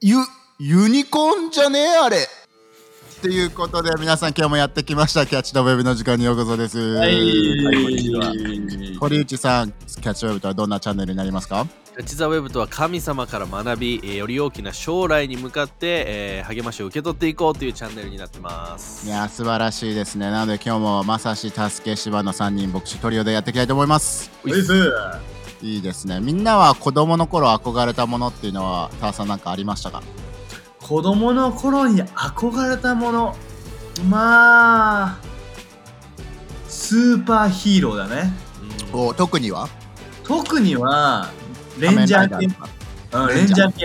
ユニコーンじゃねえあれっていうことで、皆さん今日もやってきましたキャッチ・ザ・ウェブの時間にようこそです。 はい、 堀内さん、キャッチ・ザ・ウェブとはどんなチャンネルになりますか？ キャッチ・ザ・ウェブとは神様から学び、より大きな将来に向かって、励ましを受け取っていこうというチャンネルになってます。 いや素晴らしいですね。なので今日もまさし、たすけ、柴の3人牧師トリオでやっていきたいと思います。いいですね。みんなは子供の頃憧れたものっていうのはターさんなんかありましたか？ 子供の頃に憧れたもの、まあスーパーヒーローだね。 特にはレンジャー系。レンジャー系。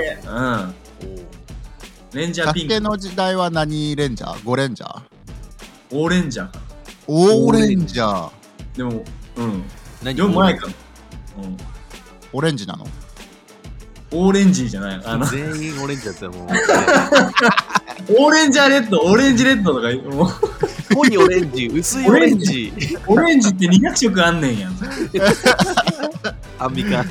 レンジャーピンク。 たすけの時代は何レンジャー？5レンジャー？ オーレンジャーかな。 オーレンジャー。 でも何 4もないかも。 オレンジなの？ オーレンジじゃない。 全員オレンジだったらもうオーレンジャーレッド、オレンジレッドとかもう濃いオレンジ、薄いオレンジ。 オレンジって200色あんねんやん。 アンミカ。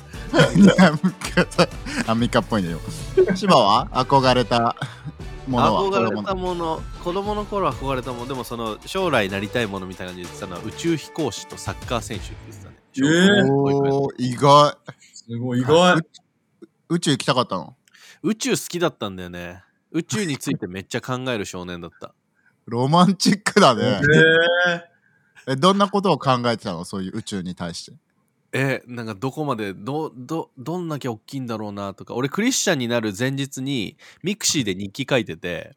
アンミカっぽいのよ。柴は憧れたものは？ 憧れたもの、子供の頃憧れたもの、でもその将来なりたいものみたいな感じで言ってたのは宇宙飛行士とサッカー選手って言ってたね。 おー、意外。 すごい意外。 宇宙行きたかったの？ 宇宙好きだったんだよね。宇宙についてめっちゃ考える少年だった。 ロマンチックだね。どんなことを考えてたの？そういう宇宙に対して。 なんかどこまでどんだけ大きいんだろうなとか。俺クリスチャンになる前日にミクシーで日記書いてて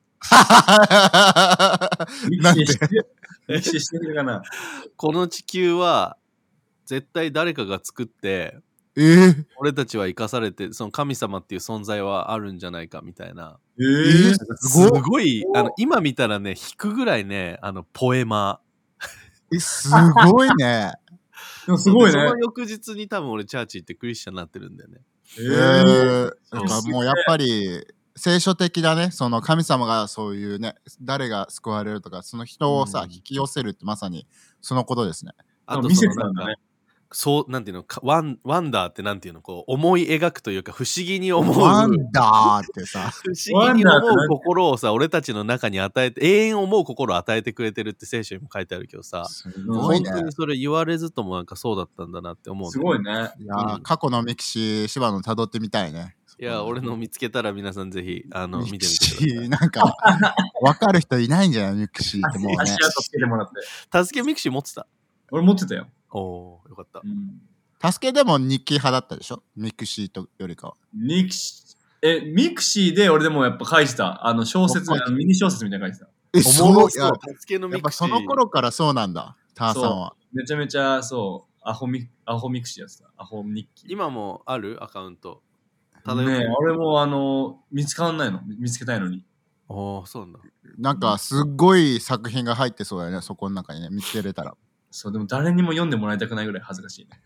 なんて歴史してるかな。 この地球は絶対誰かが作って俺たちは生かされて、その神様っていう存在はあるんじゃないかみたいな。すごい今見たらね、引くぐらいね、ポエマすごいね。 でもすごいね。 その翌日に多分俺チャーチ行ってクリスチャンになってるんだよね。 なんかもうやっぱり聖書的だね。その神様がそういうね、誰が救われるとか、その人をさ、引き寄せるってまさにそのことですね。 あとそのなんかそうなんていうの、ワンダーってなんていうの、こう思い描くというか不思議に思う。 ワンダーってさ、 不思議に思う心をさ、俺たちの中に与えて、永遠思う心を与えてくれてるって聖書にも書いてあるけどさ、 すごいね。 本当にそれ言われずともなんかそうだったんだなって思う、ね。 すごいね。 いや、過去のミキシー、柴野辿ってみたいね。 いや、俺の見つけたら皆さんぜひ見てみてください。 なんか分かる人いないんじゃない？ミクシーってもうね。 足跡つけてもらって。 助けミクシー持ってた？ 俺持ってたよ。 おー、よかった。 助けでも日記派だったでしょ？ミクシーとよりかは。 ミクシーで俺でもやっぱ書いてた。小説、ミニ小説みたいなの書いてた。 そう、 助けのミクシー。 やっぱその頃からそうなんだ、ターさんは。 めちゃめちゃそう、アホミクシーやつだ。アホ日記。 今もあるアカウント？ ねえ、俺も見つからないの。見つけたいのに。 ああ、そうなんだ。 なんかすっごい作品が入ってそうだよね、そこの中にね、見つけれたら。 そう、でも誰にも読んでもらいたくないぐらい恥ずかしいね。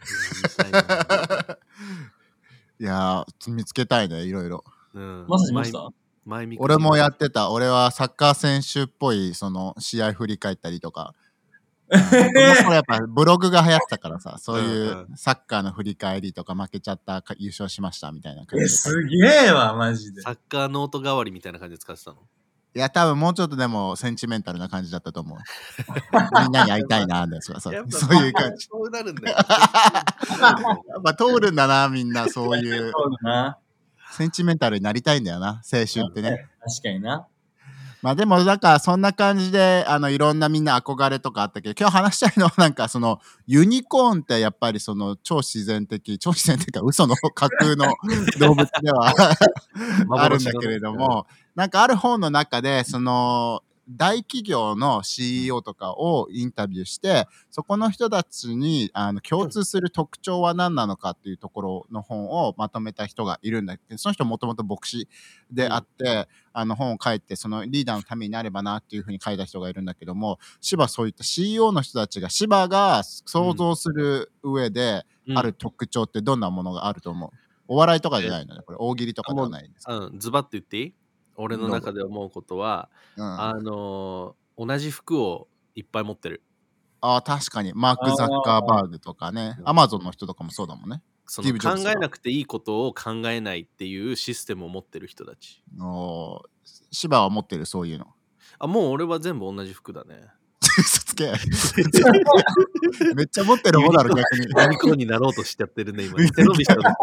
いやー、見つけたいね、いろいろ。 まさしました？ 俺もやってた。俺はサッカー選手っぽいその試合振り返ったりとか。その頃やっぱブログが流行ってたからさ、そういうサッカーの振り返りとか、負けちゃった優勝しましたみたいな感じで。 すげえわマジで。 サッカーノート代わりみたいな感じで使ってたの？ いや、多分もうちょっとでもセンチメンタルな感じだったと思う。みんなに会いたいな、そういう感じ。 そうなるんだよ。 やっぱ通るんだな、みんなそういう。センチメンタルになりたいんだよな、青春ってね。 確かにな。 まあでもなんかそんな感じでいろんなみんな憧れとかあったけど、今日話したいのはなんかそのユニコーンってやっぱりその超自然的か嘘の架空の動物ではあるんだけれども、なんかある本の中でその大企業の CEO とかをインタビューして、そこの人たちに共通する特徴は何なのかっていうところの本をまとめた人がいるんだけど、その人もともと牧師であって、本を書いてそのリーダーのためになればなっていうふうに書いた人がいるんだけども、そういった CEO の人たちがが想像する上である特徴ってどんなものがあると思う？お笑いとかじゃないのね、これ大喜利とかではないんですか？ ズバッと言っていい？俺の中で思うことは、同じ服をいっぱい持ってる。 確かにマーク・ザッカーバーグとかね、アマゾンの人とかもそうだもんね。 その考えなくていいことを考えないっていうシステムを持ってる人たち。 芝は持ってるそういうの。 もう俺は全部同じ服だね。 嘘つけ。めっちゃ持ってる方だろ、逆に。 ユニコーンになろうとしちゃってるね、今。背伸びしたら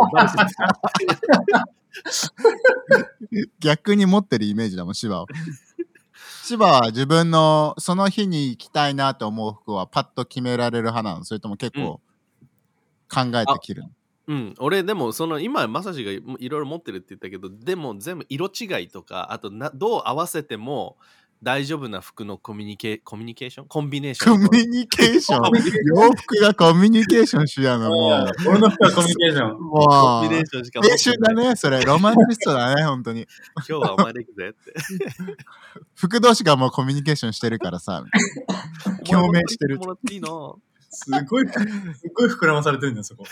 逆に持ってるイメージだもん、芝は。芝は自分のその日に着たいなと思う服はパッと決められる派なの？それとも結構考えて着るの？ 俺でも今まさしがいろいろ持ってるって言ったけど、でも全部色違いとか、あとどう合わせても大丈夫な服のコンビネーション洋服がコミュニケーションしやがる。 俺の服はコミュニケーション。 コンビネーションしか持ってない。 青春だね、それ。ロマンチストだね、本当に。 今日はお前で行くぜって。 服同士がもうコミュニケーションしてるからさ、共鳴してる。 すごい膨らまされてるんだよ、そこ。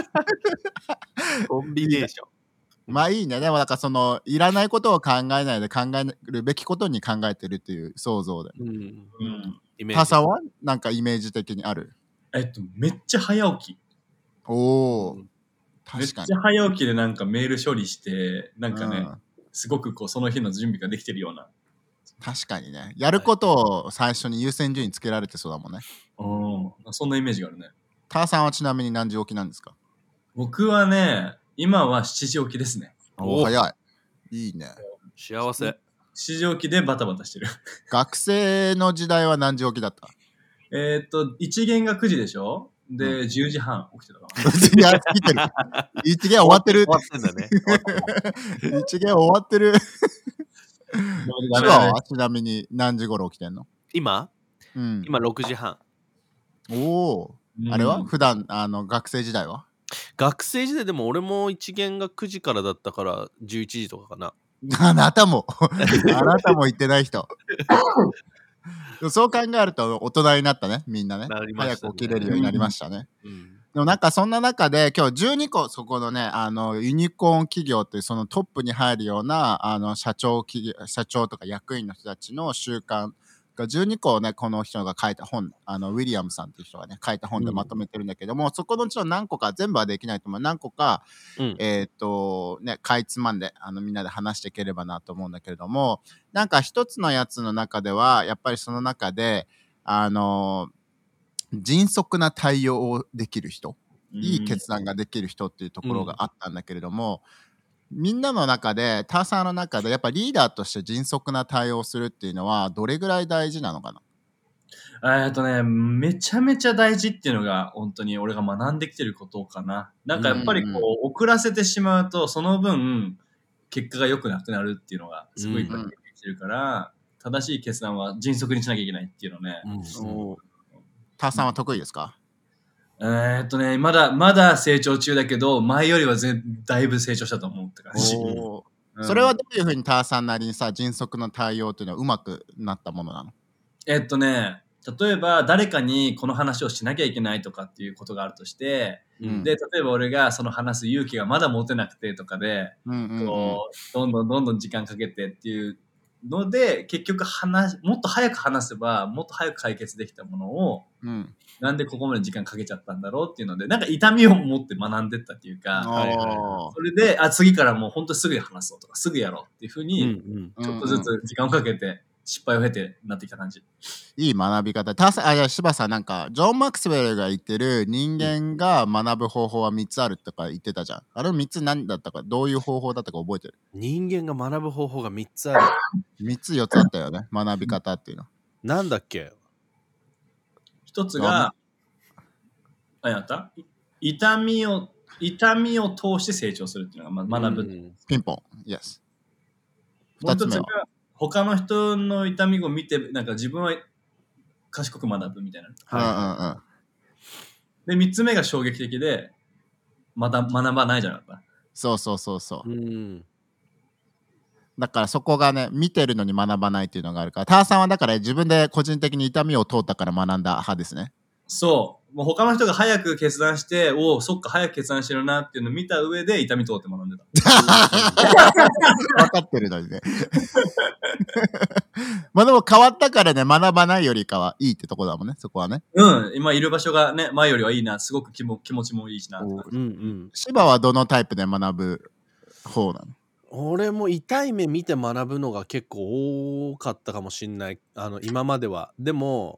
コンビネーション。 まあいいね。でもいらないことを考えないで考えるべきことに考えてるっていう想像で。タサはなんかイメージ的にある？ めっちゃ早起き。 おー。確かに。 めっちゃ早起きでなんかメール処理して、なんかね、すごくその日の準備ができてるような。 確かにね。やることを最初に優先順位つけられてそうだもんね。 そんなイメージがあるね。 ターさんはちなみに何時起きなんですか？ 僕はね、今は7時起きですね。 早い。いいね。 幸せ。 7時起きでバタバタしてる。 学生の時代は何時起きだった？ 一限が9時でしょ？で、10時半起きてたかな。 いや、見てる。一限終わってる。 終わってんだね。 一限終わってる。千葉はちなみに何時頃起きてんの？ 今6時半。 おお。あれは普段学生時代は？ 学生時代でも俺も一限が9時からだったから11時とかかな。 あなたも言ってない人。そう考えると大人になったね、みんなね。早く起きれるようになりましたね。でもなんかそんな中で今日12個そこのねユニコーン企業というそのトップに入るような社長とか役員の人たちの習慣が12個をねこの人が書いた本ウィリアムさんっていう人がね書いた本でまとめてるんだけども、そこのうちの何個か全部はできないと思う、何個か、かいつまんでみんなで話していければなと思うんだけれども、なんか一つのやつの中ではやっぱりその中で迅速な対応をできる人、いい決断ができる人っていうところがあったんだけれども、みんなの中でターさんの中でやっぱリーダーとして迅速な対応をするっていうのはどれぐらい大事なのかな？ めちゃめちゃ大事っていうのが本当に俺が学んできてることかな。なんかやっぱり遅らせてしまうとその分結果が良くなくなるっていうのがすごい感じてきてるから、正しい決断は迅速にしなきゃいけないっていうのね。 ターさんは得意ですか？ まだ成長中だけど前よりはだいぶ成長したと思うって感じ。 それはどういうふうにターさんなりにさ迅速な対応っていうのはうまくなったものなの？ 例えば誰かにこの話をしなきゃいけないとかっていうことがあるとして、で例えば俺がその話す勇気がまだ持てなくてとかで、どんどん時間かけてっていうので結局もっと早く話せばもっと早く解決できたものを、なんでここまで時間かけちゃったんだろうっていうのでなんか痛みを持って学んでったっていうか、それで次からもう本当にすぐ話そうとかすぐやろうっていうふうにちょっとずつ時間をかけて失敗を経てなってきた感じ。 いい学び方。柴さんなんかジョン・マクスウェルが言ってる人間が学ぶ方法は3つあるとか言ってたじゃん。あれ3つ何だったか、どういう方法だったか覚えてる？ 人間が学ぶ方法が3つある。 3つ4つあったよね、学び方っていうの。 なんだっけ？ 一つが痛みを通して成長するっていうのが学ぶ。 ピンポン。Yes。 2つ目は他の人の痛みを見てなんか自分は賢く学ぶみたいな。で3つ目が衝撃的でまた学ばないじゃなかった。 そう。だからそこがね見てるのに学ばないっていうのがあるから、ターさんはだから自分で個人的に痛みを通ったから学んだ派ですね。 もう他の人が早く決断してそっか早く決断してるなっていうのを見た上で痛み通って学んでた。 かってるのにね。まあでも変わったからね、学ばないよりかはいいってとこだもんね、そこはね。 今いる場所がね、前よりはいいな、すごく気持ちもいいしな。 芝はどのタイプで学ぶ方なの？ 俺も痛い目見て学ぶのが結構多かったかもしんない。今までは。でも、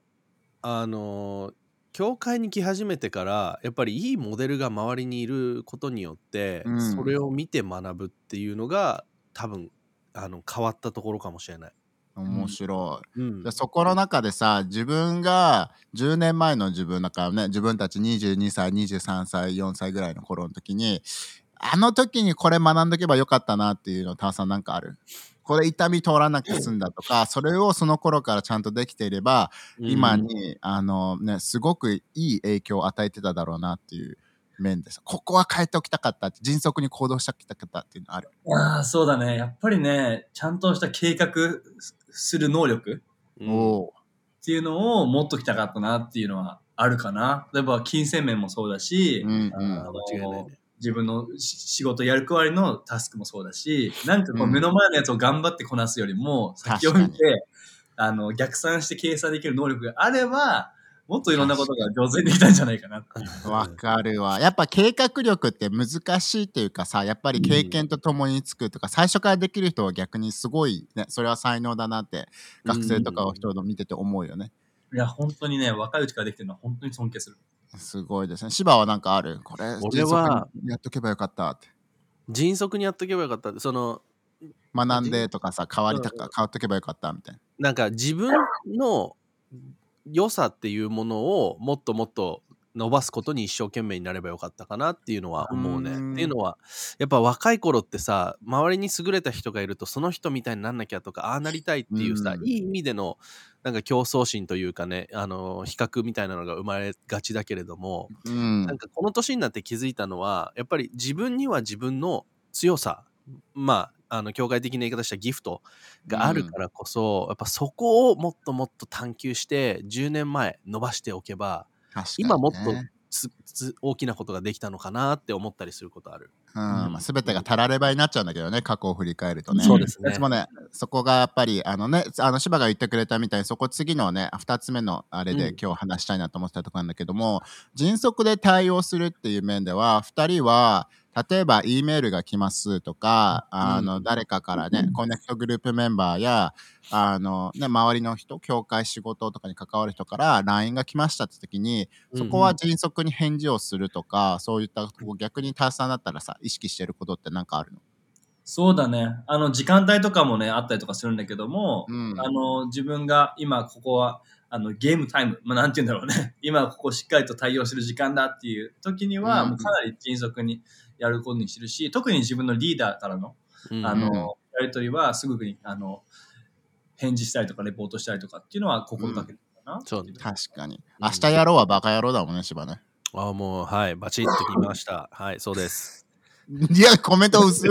教会に来始めてからやっぱりいいモデルが周りにいることによって、それを見て学ぶっていうのが多分変わったところかもしれない。 面白い。そこの中でさ、自分が10年前の自分だからね、自分たち22歳、23歳、4歳ぐらいの頃の時に、あの時にこれ学んどけばよかったなっていうの、タワさんなんかある？これ痛み通らなくて済んだとか、それをその頃からちゃんとできていれば、今にすごくいい影響を与えてただろうなっていう面です。ここは変えておきたかった、迅速に行動しておきたかったっていうのある？ そうだね。やっぱりね、ちゃんとした計画する能力っていうのを持っときたかったなっていうのはあるかな。例えば金銭面もそうだし、自分の仕事やるくわりのタスクもそうだし、なんかこう目の前のやつを頑張ってこなすよりも、先を見て、逆算して計算できる能力があれば、もっといろんなことが上手にできたんじゃないかなっていう。 わかるわ。やっぱ計画力って難しいっていうかさ、やっぱり経験とともにつくとか、最初からできる人は逆にすごいね、それは才能だなって学生とかを人を見てて思うよね。 いや、本当にね、若いうちからできてるのは本当に尊敬する。 すごいですね。芝はなんかある？これ、迅速にやっとけばよかったって。 迅速にやっとけばよかった。 学んでとかさ、変わっとけばよかったみたいな。 なんか自分の良さっていうものをもっともっと伸ばすことに一生懸命になればよかったかなっていうのは思うね。っていうのはやっぱ若い頃ってさ、周りに優れた人がいるとその人みたいになんなきゃとか、ああなりたいっていうさ、いい意味でのなんか競争心というかね、比較みたいなのが生まれがちだけれども、なんかこの年になって気づいたのは、やっぱり自分には自分の強さ、教会的な言い方したギフトがあるからこそ、やっぱそこをもっともっと探求して10年前伸ばしておけば、今もっと大きなことができたのかなって思ったりすることある。 全てがたらればになっちゃうんだけどね、過去を振り返るとね。 そうですね。 でもね、そこがやっぱり芝が言ってくれたみたいに、そこ次のね2つ目のあれで今日話したいなと思ってたところなんだけども、迅速で対応するっていう面では2人は例えば E メールが来ますとか、誰かからね、コネクトグループメンバーや周りの人、教会仕事とかに関わる人から LINE が来ましたって時に、そこは迅速に返事をするとか、そういった逆にターさんだったらさ、意識してることって何かあるの？ そうだね。時間帯とかもね、あったりとかするんだけども、自分が今ここはゲームタイム、なんて言うんだろうね。今ここしっかりと対応する時間だっていう時には、もうかなり迅速にやることにしてるし、特に自分のリーダーからの、やり取りはすぐに返事したりとかレポートしたりとかっていうのは心がけてるかな。 そう、 確かに。明日やろうはバカ野郎だもんね、芝ね。 もう、はい、バチッときました。はい、そうです。 いや、コメント薄い。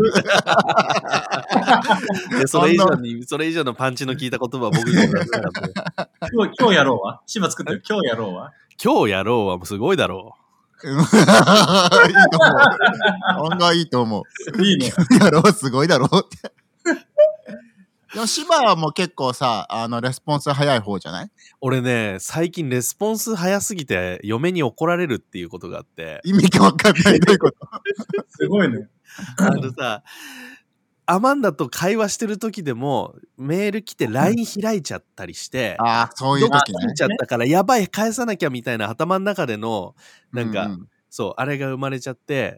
それ以上のパンチの効いた言葉は僕には出せなかった。 今日やろうは芝作ってる。今日やろうはもうすごいだろう。 いいと思う。案外いいと思う。 いいね。 やろう、すごいだろうって。でも芝はもう結構さ、レスポンス早い方じゃない？ 俺ね、最近レスポンス早すぎて嫁に怒られるっていうことがあって。 意味がわかんない。どういうこと？ すごいね。 さ、アマンダと会話してる時でもメール来て LINE 開いちゃったりして、 そういう時ね。 開いちゃったからやばい返さなきゃみたいな頭の中でのなんか、そうあれが生まれちゃって、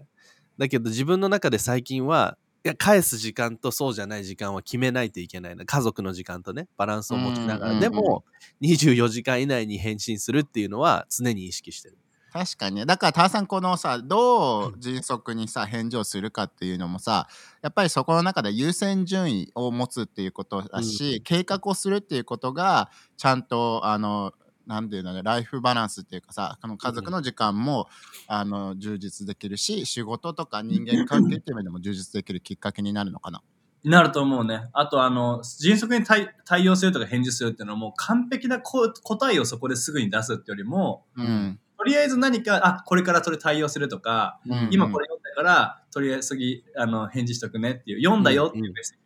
だけど自分の中で最近はいや返す時間とそうじゃない時間は決めないといけないな。家族の時間とねバランスを持ちながら、でも24時間以内に返信するっていうのは常に意識してる。 確かにね。だからターさんこのさ、どう迅速にさ返事をするかっていうのもさ、やっぱりそこの中で優先順位を持つっていうことだし、計画をするっていうことがちゃんとなんていうのね、ライフバランスっていうかさ、家族の時間も充実できるし、仕事とか人間関係っていう面でも充実できるきっかけになるのかな。 なると思うね。あと迅速に対応するとか返事するっていうのはもう完璧な答えをそこですぐに出すってよりも、とりあえず何かこれからそれ対応するとか、今これ読んだからとりあえず次返事しとくねっていう、読んだよっていうメッセージ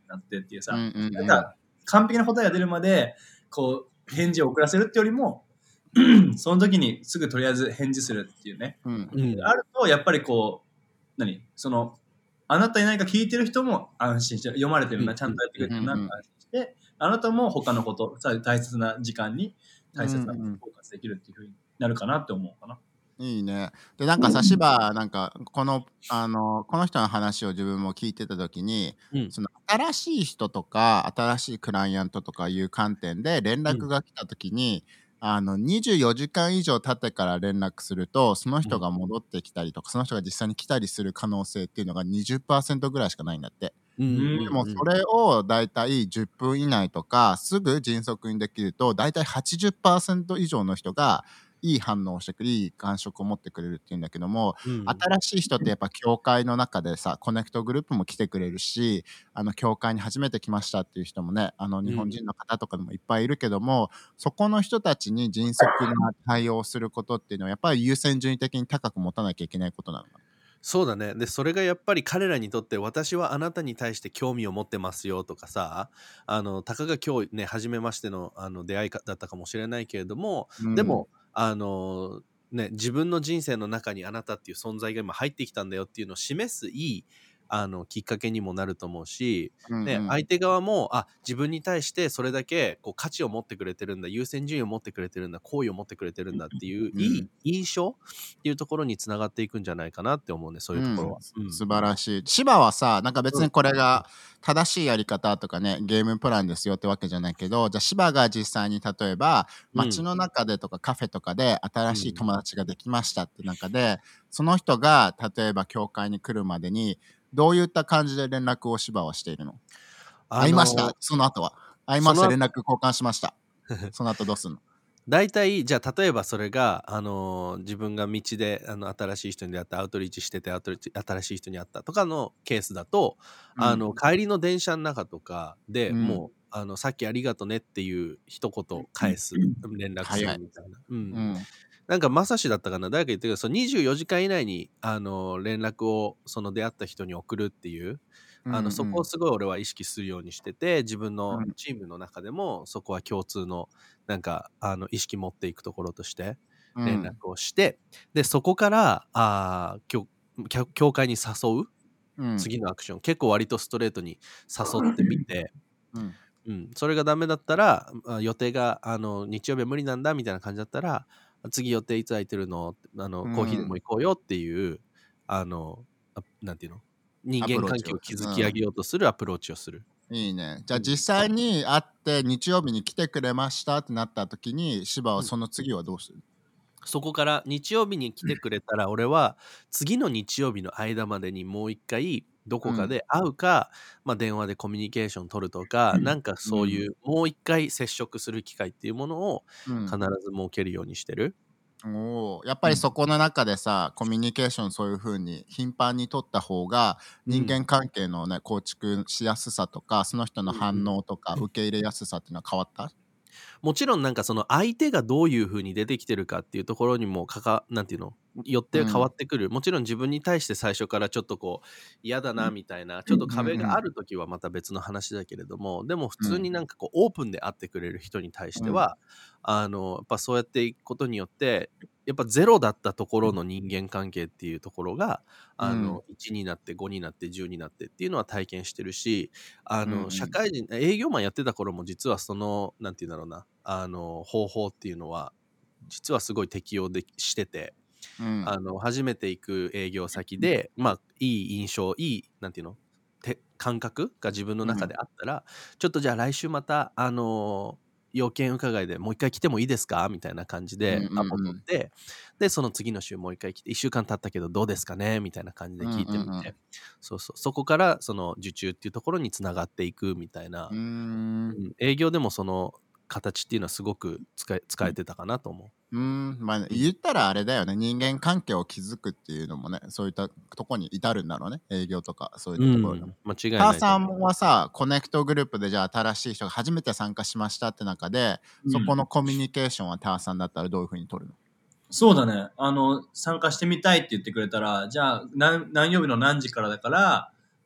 なってっていうさ、なんか完璧な答えが出るまでこう返事を遅らせるってよりもその時にすぐとりあえず返事するっていうね、あるとやっぱりこうそのあなたに何か聞いてる人も安心して読まれてるな、ちゃんとやってくれてるなって安心して、あなたも他のこと大切な時間に大切なことにフォーカスできるっていう風になるかなって思うかな。 いいね。で、なんかさ、芝、なんか、この人の話を自分も聞いてた時に、その新しい人とか、新しいクライアントとかいう観点で連絡が来た時に、24時間以上経ってから連絡すると、その人が戻ってきたりとか、その人が実際に来たりする可能性っていうのが 20% ぐらいしかないんだって。でもそれをだいたい10分以内とか、すぐ迅速にできると、だいたい 80% 以上の人が、いい反応をしてくれる、いい感触を持ってくれるっていうんだけども、新しい人ってやっぱ教会の中でさ、コネクトグループも来てくれるし、教会に初めて来ましたっていう人もね、日本人の方とかでもいっぱいいるけども、そこの人たちに迅速な対応することっていうのはやっぱり優先順位的に高く持たなきゃいけないことなのかな。 そうだね。で、それがやっぱり彼らにとって私はあなたに対して興味を持ってますよとかさ、たかが今日ね、初めましての、出会いだったかもしれないけれども、でも、自分の人生の中にあなたっていう存在が今入ってきたんだよっていうのを示すいいきっかけにもなると思うし、相手側も自分に対してそれだけこう価値を持ってくれてるんだ、優先順位を持ってくれてるんだ、好意を持ってくれてるんだっていう、いい印象っていうところにつながっていくんじゃないかなって思うね、そういうところは。 素晴らしい。芝はさ、なんか別にこれが正しいやり方とかね、ゲームプランですよってわけじゃないけど、じゃあ芝が実際に例えば街の中でとかカフェとかで新しい友達ができましたって中で、その人が例えば教会に来るまでにどういった感じで連絡を芝はしているの？会いました。その後は会いました。連絡交換しました。その後どうすんの？ 大体じゃあ例えばそれが、自分が道で新しい人に出会ってアウトリーチしてて新しい人に会ったとかのケースだと、帰りの電車の中とかで、もうさっきありがとねっていう一言返す、連絡するみたいな。なんかまさしだったかな、誰か言ってるけど、その24時間以内に連絡をその出会った人に送るっていう、そこをすごい俺は意識するようにしてて、自分のチームの中でもそこは共通のなんか意識持っていくところとして連絡をして、でそこから教会に誘う、次のアクション結構割とストレートに誘ってみて、それがダメだったら予定が日曜日は無理なんだみたいな感じだったら、次予定いつ空いてるの、コーヒーでも行こうよっていうなんていうの、人間関係を築き上げようとするアプローチをする。 いいね。じゃあ実際に会って日曜日に来てくれましたってなった時に、芝はその次はどうする？ そこから日曜日に来てくれたら、俺は次の日曜日の間までにもう一回どこかで会うか、電話でコミュニケーション取るとか、なんかそういうもう一回接触する機会っていうものを必ず設けるようにしてる。 やっぱりそこの中でさ、コミュニケーションそういう風に頻繁に取った方が人間関係のね、構築しやすさとか、その人の反応とか受け入れやすさっていうのは変わった？ もちろんなんかその相手がどういう風に出てきてるかっていうところにもなんていうの、よって変わってくる。もちろん自分に対して最初からちょっとこう嫌だなみたいなちょっと壁がある時はまた別の話だけれども、でも普通になんかこうオープンで会ってくれる人に対しては、やっぱそうやっていくことによってやっぱゼロだったところの人間関係っていうところが1になって5になって10になってっていうのは体験してるし、社会人営業マンやってた頃も実はそのなんていうんだろうな、方法っていうのは実はすごい適用してて、初めて行く営業先でいい印象、いいなんていうの感覚が自分の中であったら、ちょっとじゃあ来週また要件伺いでもう一回来てもいいですかみたいな感じでアポ取って、でその次の週もう一回来て1週間経ったけどどうですかねみたいな感じで聞いてみて、そこからその受注っていうところにつながっていくみたいな、営業でもその形っていうのはすごく使えてたかなと思う。 言ったらあれだよね、人間関係を築くっていうのもね、そういったとこに至るんだろうね、営業とかそういったところでも。 間違いない。 ターさんはさ、コネクトグループでじゃあ新しい人が初めて参加しましたって中で、そこのコミュニケーションはターさんだったらどういうふうに取るの？ そうだね。参加してみたいって言ってくれたら、じゃあ何曜日の何時からだから、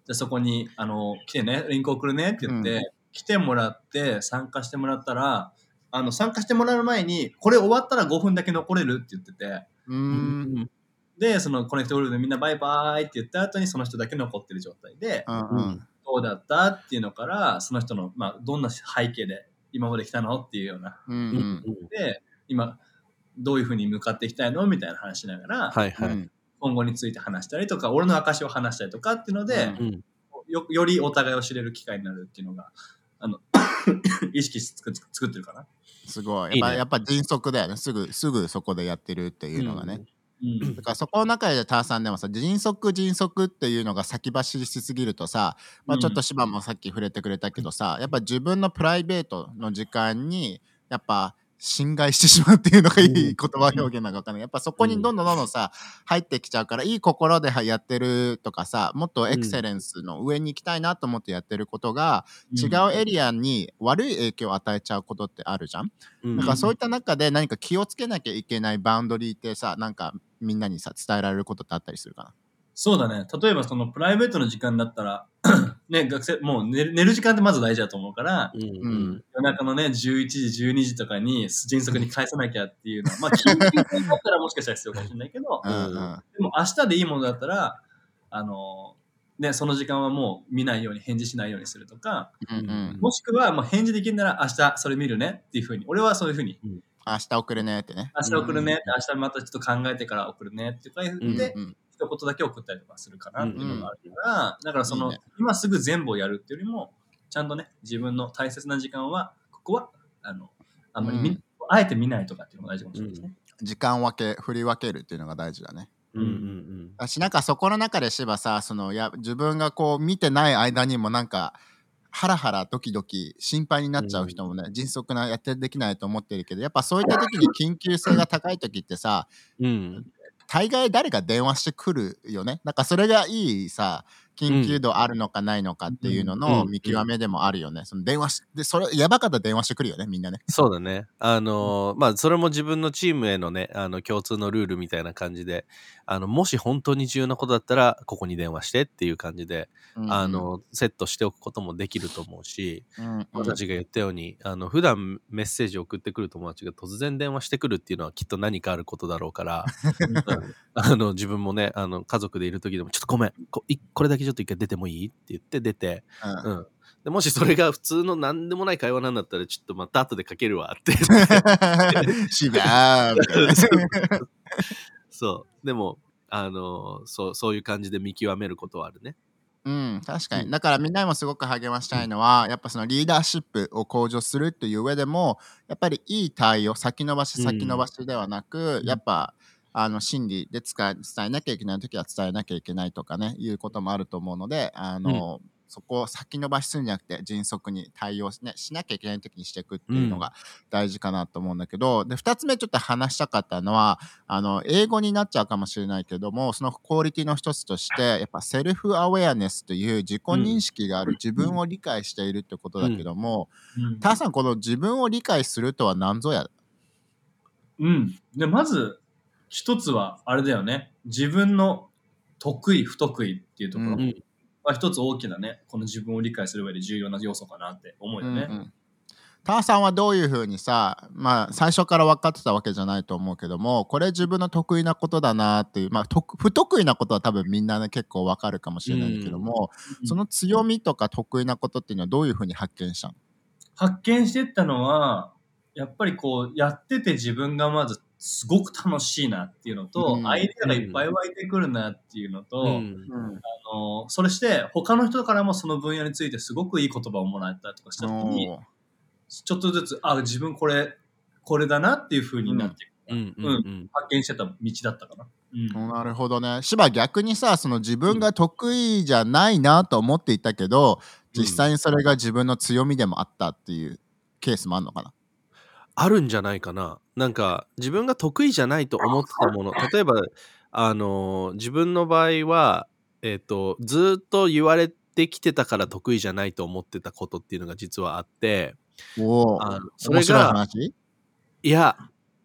じゃあそこに来てね、リンク送るねって言って、来てもらって参加してもらったら、参加してもらう前に、これ終わったら5分だけ残れるって言ってて、で、そのコネクトグループでみんなバイバイって言った後にその人だけ残ってる状態で、どうだったっていうのから、その人の、まあ、どんな背景で今まで来たのっていうような。で、今、どういうふうに向かっていきたいのみたいな話しながら、今後について話したりとか、俺の証を話したりとかっていうので、よりお互いを知れる機会になるっていうのが、意識して作ってるかな。 すごい。やっぱ迅速だよね。すぐそこでやってるっていうのがね。だからそこの中でターさんでもさ、迅速っていうのが先走りしすぎるとさ、まあ、ちょっと芝もさっき触れてくれたけどさ、やっぱ自分のプライベートの時間にやっぱ侵害してしまうっていうのがいい言葉表現なのか分かんない。やっぱそこにどんどんさ、入ってきちゃうから、いい心でやってるとかさ、もっとエクセレンスの上に行きたいなと思ってやってることが、違うエリアに悪い影響を与えちゃうことってあるじゃん。だからそういった中で何か気をつけなきゃいけないバウンドリーってさ、なんかみんなにさ、伝えられることってあったりするかな？ そうだね。例えばそのプライベートの時間だったら、ね、学生、もう寝る時間ってまず大事だと思うから、夜中のね、11時、12時とかに迅速に返さなきゃっていうのは、まあ、緊急だったらもしかしたら必要かもしれないけど、でも明日でいいものだったら、ね、その時間はもう見ないように、返事しないようにするとか、もしくはもう返事できるなら明日それ見るねっていうふうに、俺はそういうふうに。 明日送るねってね。 明日送るねって、明日またちょっと考えてから送るねって言って、一言だけ送ったりとかするかなっていうのがあるから、だからその、今すぐ全部をやるっていうよりも、ちゃんとね、自分の大切な時間は、ここは、あんまりあえて見ないとかっていうのが大事かもしれないですね。 時間振り分けるっていうのが大事だね。私なんかそこの中で芝さ、自分がこう見てない間にもなんかハラハラドキドキ心配になっちゃう人もね、迅速なできないと思ってるけど、やっぱそういった時に緊急性が高い時ってさ、大概誰か電話してくるよね。なんかそれがいいさ、緊急度あるのかないのかっていうのの見極めでもあるよね。その電話で、それやばかったら電話してくるよね、みんなね。 そうだね。まあそれも自分のチームへのね、共通のルールみたいな感じで、もし本当に重要なことだったらここに電話してっていう感じで、セットしておくこともできると思うし、私が言ったように、普段メッセージを送ってくる友達が突然電話してくるっていうのはきっと何かあることだろうから、自分もね、家族でいる時でもちょっとごめん、これだけちょっと一回出てもいいって言って出て、でもしそれが普通の何でもない会話なんだったらちょっとまた後でかけるわってしばーみたいな。 そうでもそういう感じで見極めることはあるね。 確かに。だからみんなにもすごく励ましたいのは、やっぱそのリーダーシップを向上するという上でも、やっぱりいい対応、先延ばしではなく、やっぱ真理で伝えなきゃいけないときは伝えなきゃいけないとかね、いうこともあると思うので、そこを先延ばしするんじゃなくて迅速に対応、ね、しなきゃいけない時にしていくっていうのが大事かなと思うんだけど、で2つ目ちょっと話したかったのは英語になっちゃうかもしれないけども、そのクオリティの一つとしてやっぱセルフアウェアネスという自己認識がある、自分を理解しているってことだけども、ターさんこの自分を理解するとは何ぞや？ でまず一つはあれだよね、自分の得意不得意っていうところ、一つ大きなね、この自分を理解する上で重要な要素かなって思うよね。 ターさんはどういうふうにさ、まあ最初から分かってたわけじゃないと思うけども、これ自分の得意なことだなっていう、まあ不得意なことは多分みんなね結構分かるかもしれないけども、その強みとか得意なことっていうのはどういうふうに発見したの？ 発見してったのは、やっぱりこうやってて自分がまずすごく楽しいなっていうのと、アイデアがいっぱい湧いてくるなっていうのと、それして他の人からもその分野についてすごくいい言葉をもらったりとかした時に、ちょっとずつ自分これだなっていう風になっていく、発見してた道だったかな。 なるほどね。芝逆にさ、その自分が得意じゃないなと思っていたけど、実際にそれが自分の強みでもあったっていうケースもあるのかな？ あるんじゃないかな。なんか自分が得意じゃないと思ってたもの、例えば自分の場合はずっと言われてきてたから得意じゃないと思ってたことっていうのが実はあって、 それがいや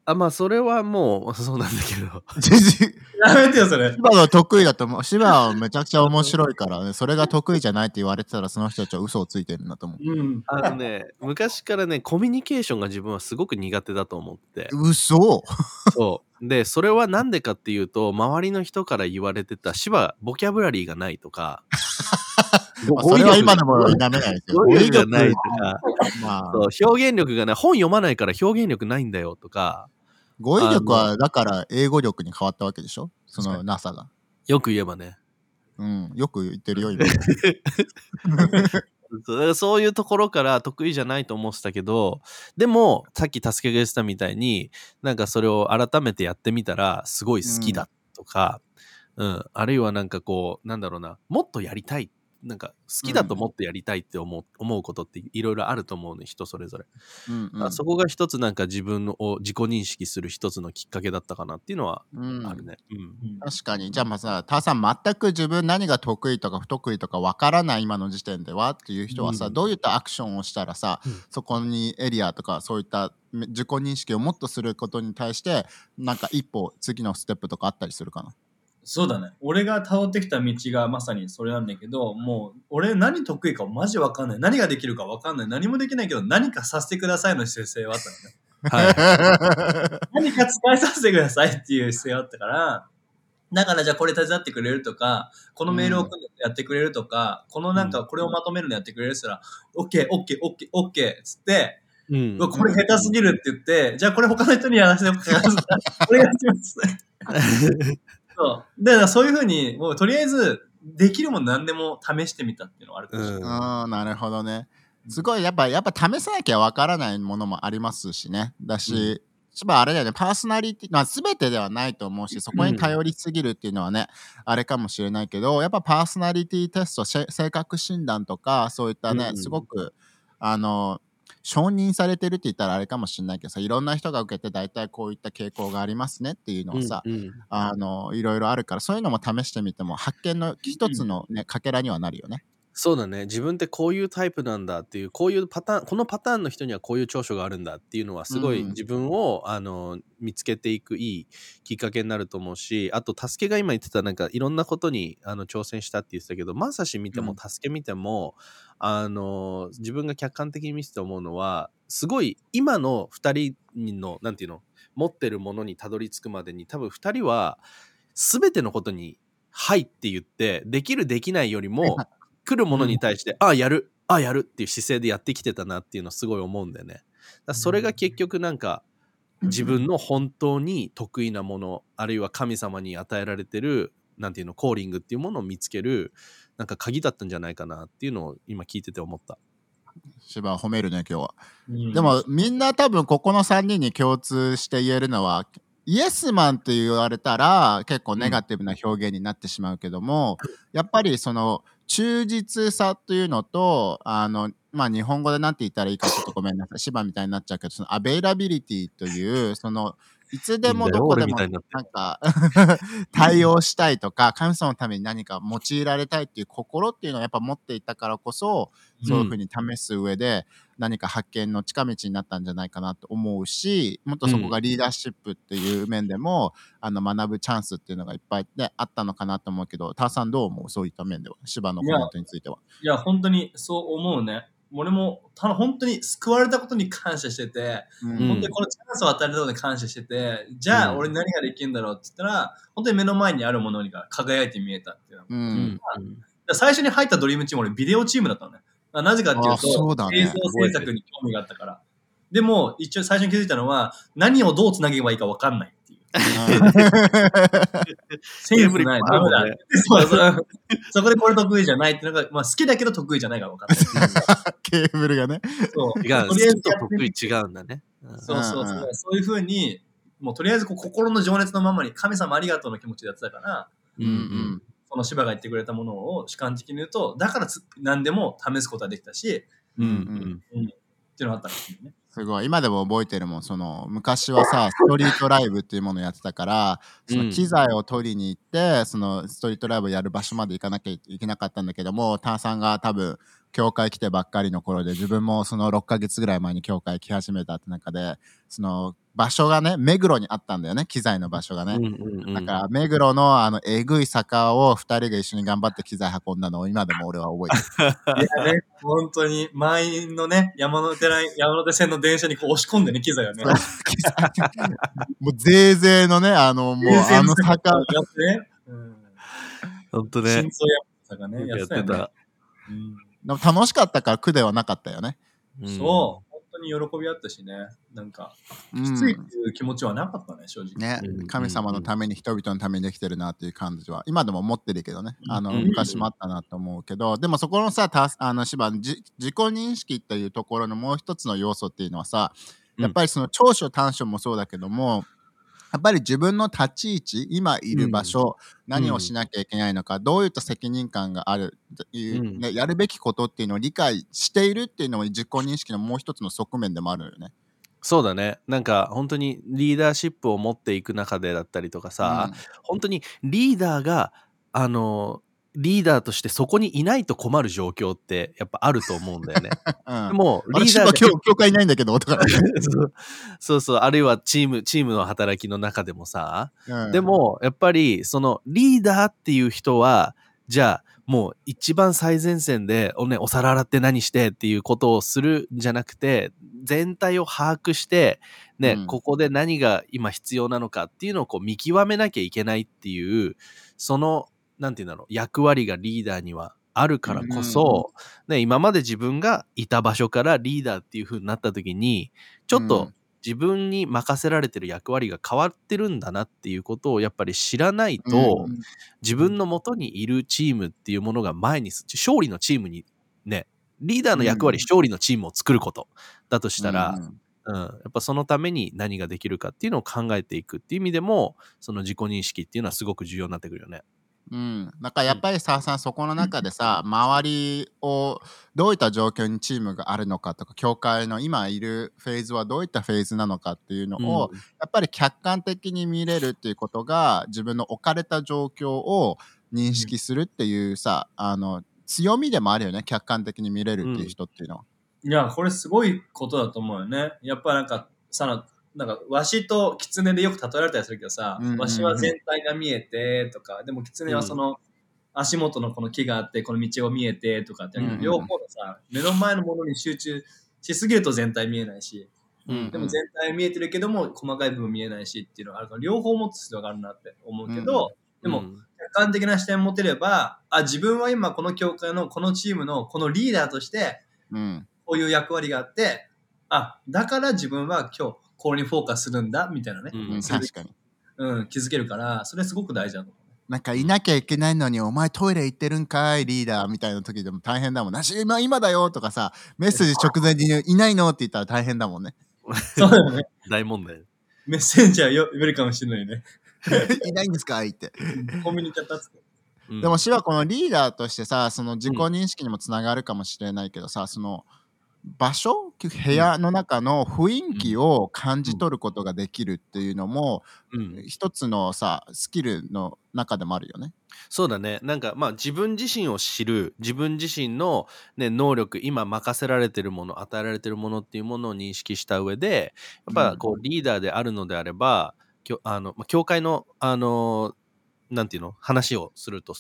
まあそれはもうそうなんだけど。 やめてよそれ。 芝の得意だと思う。芝はめちゃくちゃ面白いからね。それが得意じゃないって言われてたらその人たちは嘘をついてるんだと思う。 昔からね、コミュニケーションが自分はすごく苦手だと思って。 嘘そう。で、それはなんでかっていうと、周りの人から言われてた芝、ボキャブラリーがないとか。 それは今でも否めないですよ。 語彙力がないとか、そう表現力がない。本読まないから表現力ないんだよとか。 語彙力はだから英語力に変わったわけでしょ、その NASA が。 よく言えばね。 うん、よく言ってるよ今。 そういうところから得意じゃないと思ってたけど、でもさっき助けが言ってたみたいに、なんかそれを改めてやってみたらすごい好きだとか、あるいはなんかこうなんだろうな、もっとやりたい、なんか好きだともっとやりたいって思うことっていろいろあると思うね、人それぞれ。そこが一つなんか自分を自己認識する一つのきっかけだったかなっていうのはあるね。 確かに。じゃあまあさ、ターさん全く自分何が得意とか不得意とかわからない今の時点ではっていう人はさ、どういったアクションをしたらさ、そこにエリアとかそういった自己認識をもっとすることに対してなんか一歩次のステップとかあったりするかな。 そうだね。俺が辿ってきた道がまさにそれなんだけど、もう俺何得意かマジわかんない。何ができるかわかんない。何もできないけど何かさせてくださいの姿勢はあったのね。何か使いさせてくださいっていう姿勢はあったから、だからじゃあこれ手伝ってくれるとか、このメールを送るのやってくれるとか、このなんかこれをまとめるのやってくれるって言ったら、OK っつって、これ下手すぎるって言って、じゃあこれ他の人にやらせてもらいます。お願いします。そうでそういうふうにもうとりあえずできるもん何でも試してみたっていうのはあるかもしれない。 なるほどね。すごいやっぱ試さなきゃわからないものもありますしね。だし、あれだよね、パーソナリティ、全てではないと思うし、そこに頼りすぎるっていうのはね、あれかもしれないけど、やっぱパーソナリティテスト、性格診断とか、そういったね、すごく承認されてるって言ったらあれかもしれないけどさ、いろんな人が受けて大体こういった傾向がありますねっていうのをさ、いろいろあるから、そういうのも試してみても発見の一つのね、かけらにはなるよね。 そうだね。自分ってこういうタイプなんだっていう、こういうパターン、このパターンの人にはこういう長所があるんだっていうのはすごい自分を、見つけていくいいきっかけになると思うし、あと助けが今言ってたなんかいろんなことに挑戦したって言ってたけど、まさし見ても助け見ても、自分が客観的に見せて思うのは、すごい今の2人のなんていうの、持ってるものにたどり着くまでに多分2人は全てのことにはいって言ってできるできないよりも来るものに対して、やるっていう姿勢でやってきてたなっていうのすごい思うんだよね。だそれが結局なんか自分の本当に得意なもの、あるいは神様に与えられてるなんていうのコーリングっていうものを見つけるなんか鍵だったんじゃないかなっていうのを今聞いてて思った。 芝褒めるね今日は。でもみんな多分ここの3人に共通して言えるのは、イエスマンって言われたら結構ネガティブな表現になってしまうけども、やっぱりその忠実さというのと日本語で何て言ったらいいかちょっとごめんなさい、芝みたいになっちゃうけど、そのアベイラビリティというそのいつでもどこでもなんか対応したいとか、神様のために何か用いられたいっていう心っていうのをやっぱ持っていたからこそ、そういうふうに試す上で何か発見の近道になったんじゃないかなと思うし、もっとそこがリーダーシップっていう面でも学ぶチャンスっていうのがいっぱい、ね、あったのかなと思うけど、ターさんどう思う？そういった面では、芝のコメントについては。 いや本当にそう思うね。俺も本当に救われたことに感謝してて、本当にこのチャンスを与えることに感謝してて、じゃあ俺何ができるんだろうって言ったら、本当に目の前にあるものに輝いて見えたっていうの、最初に入ったドリームチーム俺ビデオチームだったのね。なぜかっていうと、映像制作に興味があったから。でも一応最初に気づいたのは、何をどうつなげばいいか分かんないっていう。センスない、ダメだ。そこでこれ得意じゃないっていうのが、好きだけど得意じゃないから分かんない。 ケーブルがね。 そう違う。好きと得意違うんだね。 そういうふうに、もうとりあえず心の情熱のままに神様ありがとうの気持ちでやってたから、その芝が言ってくれたものを主観的に言うと、だから何でも試すことができたし、っていうのがあったんですよね。 すごい今でも覚えてるもん。その昔はさストリートライブっていうものをやってたから、その機材を取りに行ってそのストリートライブやる場所まで行かなきゃいけなかったんだけども、ターさんが多分教会来てばっかりの頃で、自分もその6ヶ月ぐらい前に教会来始めたって中で、その場所がね、目黒にあったんだよね、機材の場所がね。だから目黒のえぐい坂を2人が一緒に頑張って機材運んだのを今でも俺は覚えてる。 いやね、本当に満員のね、山手線の電車にこう押し込んでね、機材をね。 もうぜいぜいのね、もう坂。 本当ね。 心臓や坂ね、 やってた。 でも楽しかったから苦ではなかったよね。 そう。本当に喜びあったしね。なんか、きついっていう気持ちはなかったね、正直。 ね、神様のために人々のためにできてるなっていう感じは、今でも思ってるけどね。昔もあったなと思うけど、でもそこのさ、芝、自己認識っていうところのもう一つの要素っていうのはさ、やっぱりその長所短所もそうだけども、やっぱり自分の立ち位置、今いる場所、何をしなきゃいけないのか、どういった責任感がある、ね、やるべきことっていうのを理解しているっていうのも自己認識のもう一つの側面でもあるよね。 そうだね。なんか本当にリーダーシップを持っていく中でだったりとかさ、本当にリーダーがリーダーとしてそこにいないと困る状況ってやっぱあると思うんだよね。でもリーダーが教会いないんだけどとかそうそう、あるいはチームの働きの中でもさ、でもやっぱりそのリーダーっていう人はじゃあもう一番最前線でお皿洗って何してっていうことをするんじゃなくて、全体を把握してね、ここで何が今必要なのかっていうのをこう見極めなきゃいけないっていうそのなんていうんだろう、役割がリーダーにはあるからこそ、ね、今まで自分がいた場所からリーダーっていう風になった時にちょっと自分に任せられてる役割が変わってるんだなっていうことをやっぱり知らないと、自分の元にいるチームっていうものが前に勝利のチームにね、リーダーの役割、勝利のチームを作ることだとしたら、やっぱそのために何ができるかっていうのを考えていくっていう意味でも、その自己認識っていうのはすごく重要になってくるよね。 だからやっぱりさ、そこの中でさ、周りをどういった状況にチームがあるのかとか、教会の今いるフェーズはどういったフェーズなのかっていうのを、やっぱり客観的に見れるっていうことが、自分の置かれた状況を認識するっていうさ、強みでもあるよね、客観的に見れるっていう人っていうのは。 いや、これすごいことだと思うよね。やっぱなんかワシとキツネでよく例えられたりするけどさ、ワシは全体が見えてとか、でもキツネはその足元のこの木があって、この道を見えてとかって、両方のさ、目の前のものに集中しすぎると全体見えないし、でも全体見えてるけども細かい部分見えないしっていうのがあるから、両方持つ必要があるなって思うけど、でも客観的な視点を持てれば、自分は今この教会のこのチームのこのリーダーとして、こういう役割があって、だから自分は今日これにフォーカスするんだみたいなね、 確かに、 気づけるから、それすごく大事だと思う。 なんかいなきゃいけないのに、お前トイレ行ってるんかいリーダーみたいな時でも大変だもんなし、今だよとかさ、メッセージ直前にいないのって言ったら大変だもんね。 そうだよね。 大問題。 メッセンジャー呼べるかもしれないね。 いないんですかって。 コンビニ行っちゃったっつって。 でもしはこのリーダーとしてさ、その自己認識にもつながるかもしれないけどさ、その場所、部屋の中の雰囲気を感じ取ることができるっていうのも、一つのさ、スキルの中でもあるよね。 そうだね。なんか自分自身を知る、自分自身の、ね、能力、今任せられてるもの、与えられてるものっていうものを認識した上で、やっぱこうリーダーであるのであれば、教会のなんていうの話をすると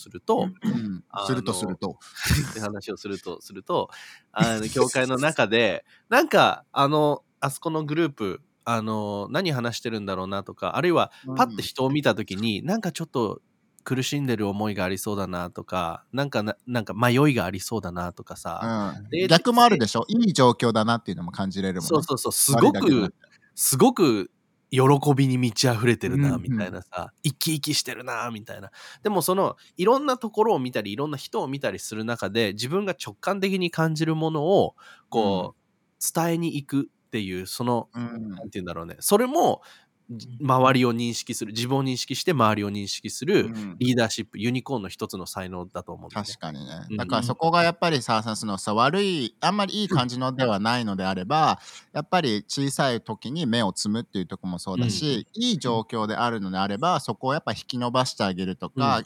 話をすると教会の中でなんかあそこのグループ何話してるんだろうなとか、あるいはパッて人を見た時になんかちょっと苦しんでる思いがありそうだなとか、なんか迷いがありそうだなとかさ、 逆もあるでしょ。いい状況だなっていうのも感じれるもんね。 そうすごく喜びに満ち溢れてるなみたいなさ、生き生きしてるなみたいな。でもそのいろんなところを見たりいろんな人を見たりする中で、自分が直感的に感じるものをこう伝えに行くっていう、そのなんていうんだろうね、それも周りを認識する、自分を認識して周りを認識するリーダーシップ、ユニコーンの一つの才能だと思うんだよね。 確かにね。だからそこがやっぱりさ、悪い、あんまりいい感じのではないのであれば、やっぱり小さい時に目をつむっていうとこもそうだし、いい状況であるのであれば、そこをやっぱ引き伸ばしてあげるとか、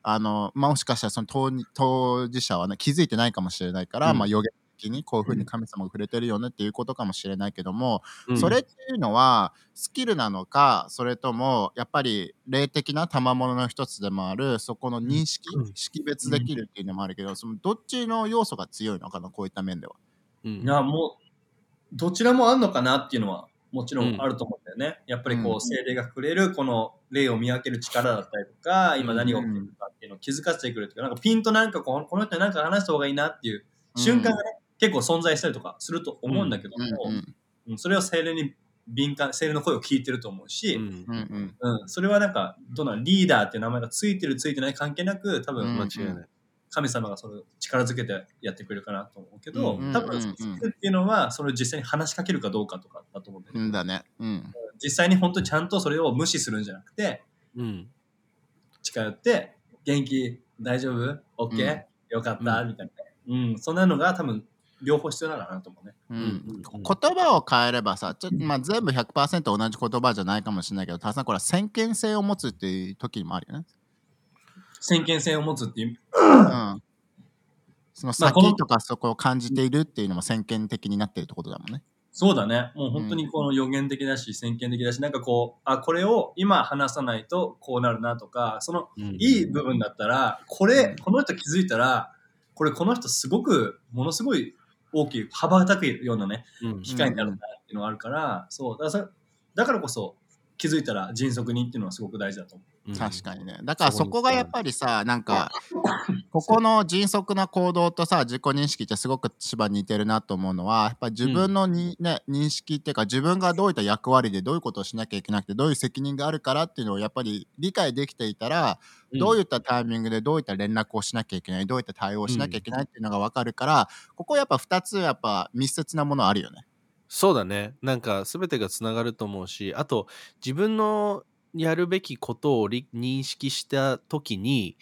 もしかしたらその当事者はね、気づいてないかもしれないから、予言的にこういう風に神様が触れてるよねっていうことかもしれないけども、それっていうのはスキルなのか、それともやっぱり霊的な賜物の一つでもある、そこの認識、識別できるっていうのもあるけど、そのどっちの要素が強いのかな、こういった面では。 いや、もう、どちらもあんのかなっていうのは、もちろんあると思うんだよね。やっぱりこう、精霊がくれる、この霊を見分ける力だったりとか、今何が起きてるかっていうのを気づかせてくれるとか、なんかピンとなんかこの人になんか話した方がいいなっていう瞬間がね、結構存在したりとかすると思うんだけども、それを精霊に精霊の声を聞いてると思うし、それはなんか、リーダーっていう名前がついてるついてない関係なく、多分間違いない。神様がそれを力づけてやってくれるかなと思うけど、多分スキルっていうのはそれを実際に話しかけるかどうかとかだと思うんだよね。 だね。 実際に本当にちゃんとそれを無視するんじゃなくて、近寄って元気大丈夫 ?OK？よかったみたいな。そんなのが多分両方必要なのかなと思うね。 言葉を変えればさ、全部 100% 同じ言葉じゃないかもしれないけど、ただこれは先見性を持つっていう時もあるよね。 先見性を持つっていう。 その先とかそこを感じているっていうのも先見的になっているってことだもんね。 そうだね。もう本当にこの予言的だし、先見的だし、なんかこう、これを今話さないとこうなるなとか、そのいい部分だったら、この人気づいたら、この人すごく、ものすごい大きい、羽ばたくようなね、機会になるんだっていうのがあるから、そう、だからこそ気づいたら迅速にっていうのはすごく大事だと思う。 確かにね。だからそこがやっぱりさ、なんかここの迅速な行動とさ、自己認識ってすごく芝似てるなと思うのは、やっぱり自分の認識っていうか、自分がどういった役割でどういうことをしなきゃいけなくて、どういう責任があるからっていうのをやっぱり理解できていたら、どういったタイミングでどういった連絡をしなきゃいけない、どういった対応をしなきゃいけないっていうのが分かるから、ここやっぱ2つやっぱ密接なものあるよね。 そうだね。なんか全てがつながると思うし、あと自分のやるべきことを認識した時に、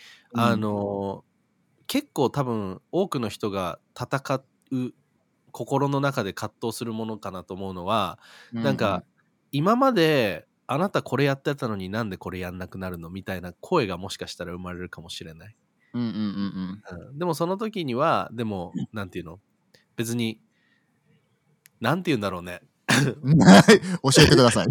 結構多分多くの人が戦う心の中で葛藤するものかなと思うのは、なんか今まであなたこれやってたのになんでこれやんなくなるのみたいな声がもしかしたら生まれるかもしれない。でもその時にはなんていうの、別になんていうんだろうね。 教えてください。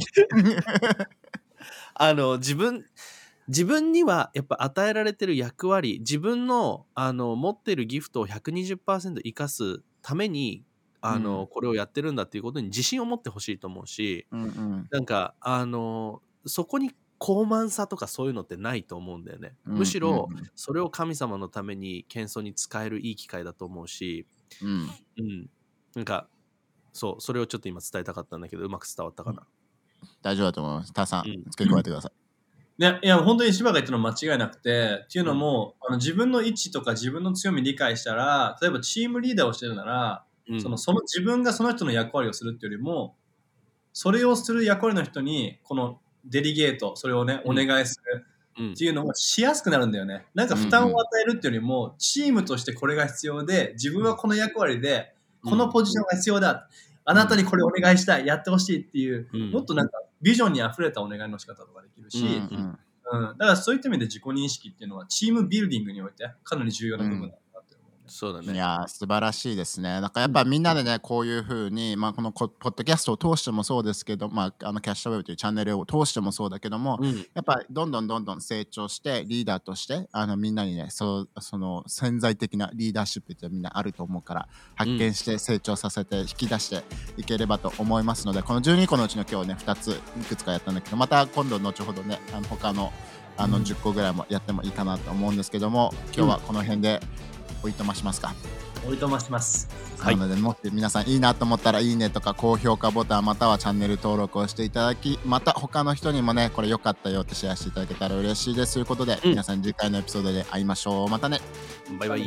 自分にはやっぱ与えられてる役割、自分の持ってるギフトを 120% 生かすためにこれをやってるんだっていうことに自信を持ってほしいと思うし、なんかそこに高慢さとかそういうのってないと思うんだよね。むしろそれを神様のために謙遜に使えるいい機会だと思うし、なんかそれをちょっと今伝えたかったんだけど、うまく伝わったかな。 大丈夫だと思います。タさん、付け加えてください。 いや、本当に柴が言ったのは間違いなくて、っていうのも、自分の位置とか自分の強み理解したら、例えばチームリーダーをしてるなら、その自分がその人の役割をするっていうよりも、それをする役割の人に、このデリゲート、それをね、お願いするっていうのがしやすくなるんだよね。なんか負担を与えるっていうよりも、チームとしてこれが必要で、自分はこの役割で、このポジションが必要だ。あなたにこれお願いしたい。やってほしいっていう、もっとなんかビジョンに溢れたお願いの仕方とかできるし、だからそういった意味で自己認識っていうのはチームビルディングにおいてかなり重要な部分だなって思うね。 そうだね。 いや素晴らしいですね。なんかやっぱみんなでね、こういうふうに、このポッドキャストを通してもそうですけど、キャッシュウェブというチャンネルを通してもそうだけども、やっぱどんどん成長してリーダーとしてみんなにね、その潜在的なリーダーシップってみんなあると思うから、発見して成長させて引き出していければと思いますので、この12個のうちの今日ね2ついくつかやったんだけど、また今度後ほどね他の10個ぐらいもやってもいいかなと思うんですけども、今日はこの辺でおいとましますか。 おいとまします。 なので、もし皆さんいいなと思ったらいいねとか高評価ボタンまたはチャンネル登録をしていただき、また他の人にもねこれ良かったよってシェアしていただけたら嬉しいです。ということで、皆さん次回のエピソードで会いましょう。またね。 バイバイ。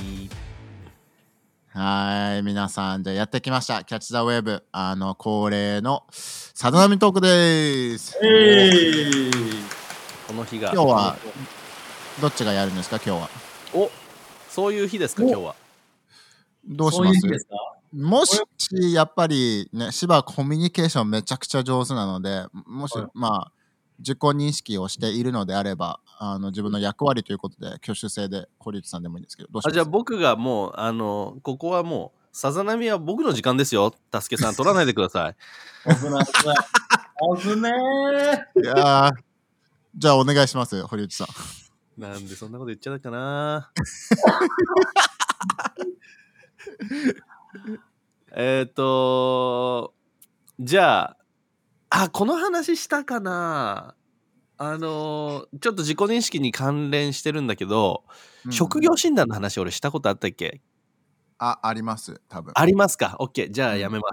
はい、皆さんじゃあやってきました。キャッチザウェーブ恒例のさざ波トークです。 この日が今日はどっちがやるんですか？今日はそういう日ですか？今日はどうします？もしやっぱりね、芝はコミュニケーションめちゃくちゃ上手なので、もし自己認識をしているのであれば、自分の役割ということで、挙手制で堀内さんでもいいんですけど、どうします？ じゃあ僕がもう、ここはもう、さざ波は僕の時間ですよ。たすけさん、取らないでください。 危ない。危ねいやじゃあお願いします、堀内さん。 なんでそんなこと言っちゃったかな。じゃあ、この話したかな。ちょっと自己認識に関連してるんだけど、職業診断の話俺したことあったっけ？ あります、多分。 ありますか？ OK。じゃあやめます。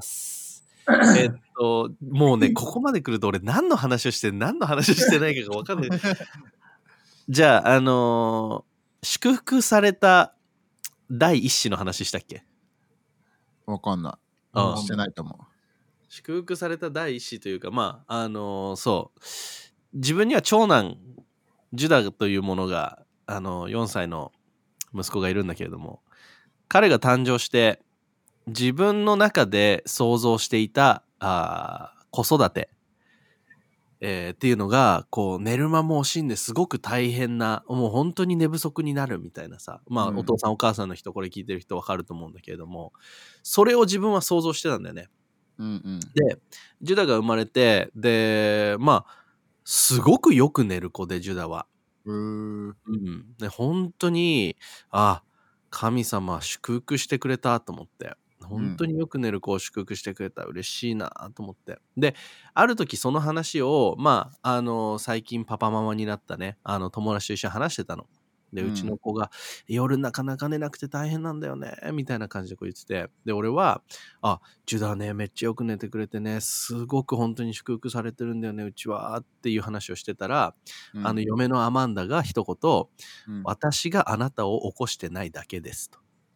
もうね、ここまで来ると俺何の話をして何の話をしてないかが分かんない。じゃあ、祝福された第一子の話したっけ？ わかんない。してないと思う。 祝福された第一子というか、まあ、そう。自分には長男、ジュダというものが、4歳の息子がいるんだけれども、彼が誕生して、自分の中で想像していた子育て、っていうのがこう寝る間も惜しんですごく大変な、もう本当に寝不足になるみたいなさ、まあ、お父さんお母さんの人これ聞いてる人わかると思うんだけれども、それを自分は想像してたんだよね。でジュダが生まれて、でまあすごくよく寝る子でジュダは。で本当に神様祝福してくれたと思って、本当によく寝る子を祝福してくれた、嬉しいなと思って。である時その話を最近パパママになったね友達と一緒に話してたの。でうちの子が夜なかなか寝なくて大変なんだよねみたいな感じでこう言ってて、で俺はジュダねめっちゃよく寝てくれてね、すごく本当に祝福されてるんだよねうちはっていう話をしてたら、嫁のアマンダが一言、私があなたを起こしてないだけですと。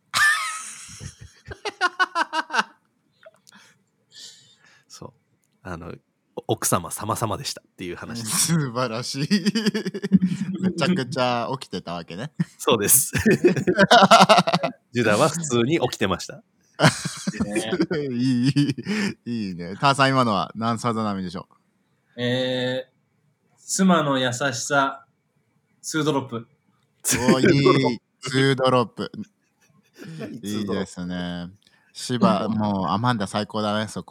そう奥様様々でしたっていう話です。 素晴らしい。めちゃくちゃ起きてたわけね。 そうです。ジュダは普通に起きてました。 いいね。ターさん今のは何さざ波でしょう？妻の優しさ、2ドロップ。 いい。2ドロップ。いいですね。もうアマンダ最高だね、そこ。